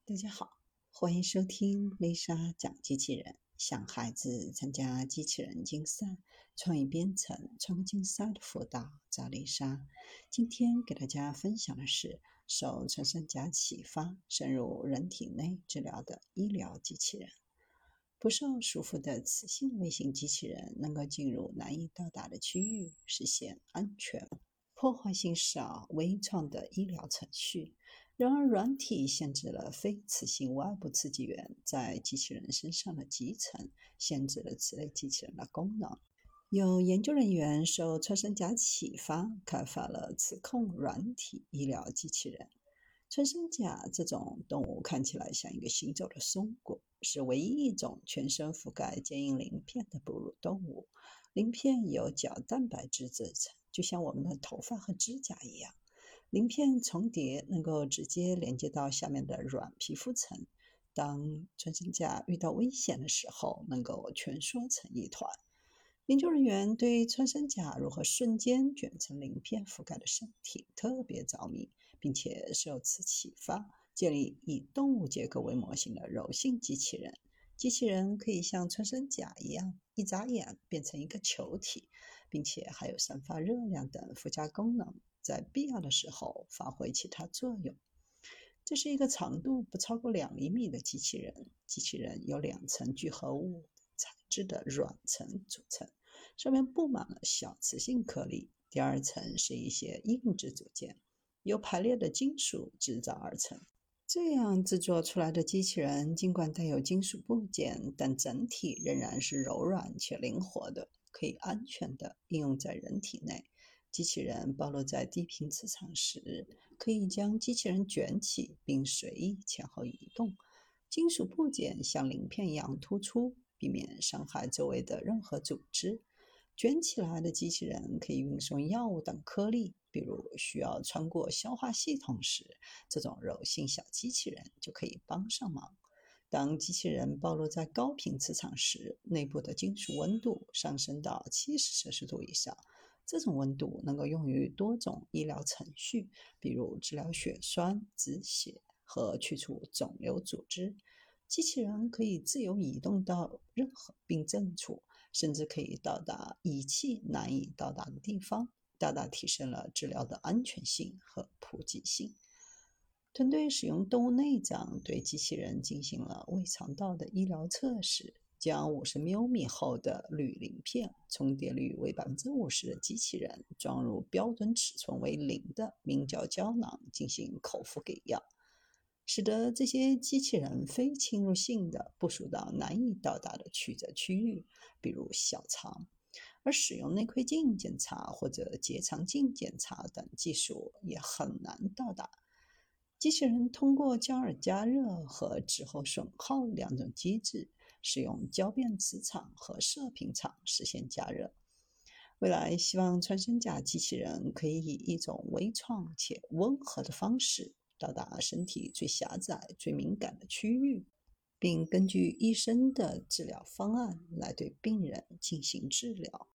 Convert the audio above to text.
大家好，欢迎收听丽莎讲机器人。想孩子参加机器人竞赛、创意编程、创客竞赛的辅导，找丽莎。今天给大家分享的是受穿山甲启发，深入人体内治疗的医疗机器人。不受束缚的磁性微型机器人能够进入难以到达的区域，实现安全、破坏性少、微创的医疗程序。然而，软体限制了非磁性外部刺激源在机器人身上的集成，限制了此类机器人的功能。有研究人员受穿山甲启发，开发了磁控软体医疗机器人。穿山甲这种动物看起来像一个行走的松果，是唯一一种全身覆盖坚硬鳞片的哺乳动物。鳞片由角蛋白质制成，就像我们的头发和指甲一样。鳞片重叠能够直接连接到下面的软皮肤层，当穿山甲遇到危险的时候，能够蜷缩成一团。研究人员对穿山甲如何瞬间卷成鳞片覆盖的身体特别着迷，并且受此启发，建立以动物结构为模型的柔性机器人。机器人可以像穿山甲一样，一眨眼变成一个球体，并且还有散发热量等附加功能，在必要的时候发挥其他作用。这是一个长度不超过2厘米的机器人。机器人由2层聚合物材质的软层组成，上面布满了小磁性颗粒。第二层是一些硬质组件，由排列的金属制造而成。这样制作出来的机器人尽管带有金属部件，但整体仍然是柔软且灵活的，可以安全地应用在人体内。机器人暴露在低频磁场时，可以将机器人卷起并随意前后移动。金属部件像鳞片一样突出，避免伤害周围的任何组织。卷起来的机器人可以运送药物等颗粒，比如需要穿过消化系统时，这种柔性小机器人就可以帮上忙。当机器人暴露在高频磁场时，内部的金属温度上升到70°C以上。这种温度能够用于多种医疗程序，比如治疗血栓、止血和去除肿瘤组织。机器人可以自由移动到任何病症处，甚至可以到达仪器难以到达的地方，大大提升了治疗的安全性和普及性。团队使用动物内脏对机器人进行了胃肠道的医疗测试，将50微米厚的铝鳞片、重叠率为50%的机器人装入标准尺寸为0的明胶胶囊进行口服给药，使得这些机器人非侵入性地部署到难以到达的曲折区域，比如小肠。而使用内窥镜检查或者结肠镜检查等技术也很难到达。机器人通过焦耳加热和滞后损耗2种机制，使用交变磁场和射频场实现加热。未来希望穿山甲机器人可以以一种微创且温和的方式到达身体最狭窄、最敏感的区域，并根据医生的治疗方案来对病人进行治疗。